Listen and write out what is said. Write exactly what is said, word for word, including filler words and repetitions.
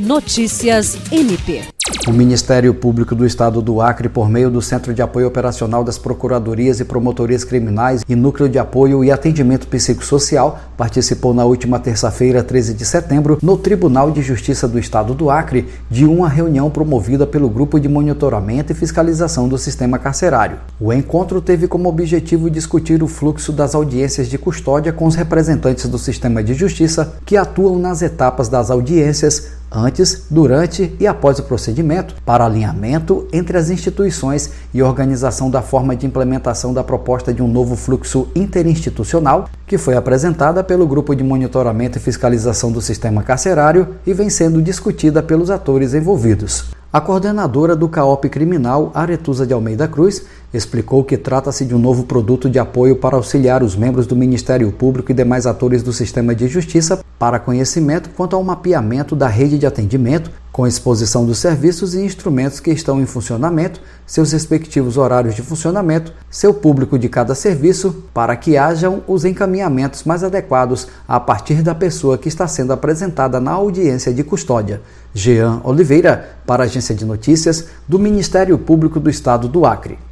Notícias M P. O Ministério Público do Estado do Acre, por meio do Centro de Apoio Operacional das Procuradorias e Promotorias Criminais e Núcleo de Apoio e Atendimento Psicossocial, participou na última terça-feira, treze de setembro, no Tribunal de Justiça do Estado do Acre, de uma reunião promovida pelo Grupo de Monitoramento e Fiscalização do Sistema Carcerário. O encontro teve como objetivo discutir o fluxo das audiências de custódia com os representantes do sistema de justiça que atuam nas etapas das audiências, antes, durante e após o procedimento, para alinhamento entre as instituições e organização da forma de implementação da proposta de um novo fluxo interinstitucional que foi apresentada pelo Grupo de Monitoramento e Fiscalização do Sistema Carcerário e vem sendo discutida pelos atores envolvidos. A coordenadora do CAOP Criminal, Aretusa de Almeida Cruz, explicou que trata-se de um novo produto de apoio para auxiliar os membros do Ministério Público e demais atores do sistema de justiça para conhecimento quanto ao mapeamento da rede de atendimento, com exposição dos serviços e instrumentos que estão em funcionamento, seus respectivos horários de funcionamento, seu público de cada serviço, para que hajam os encaminhamentos mais adequados a partir da pessoa que está sendo apresentada na audiência de custódia. Jean Oliveira, para a Agência de Notícias do Ministério Público do Estado do Acre.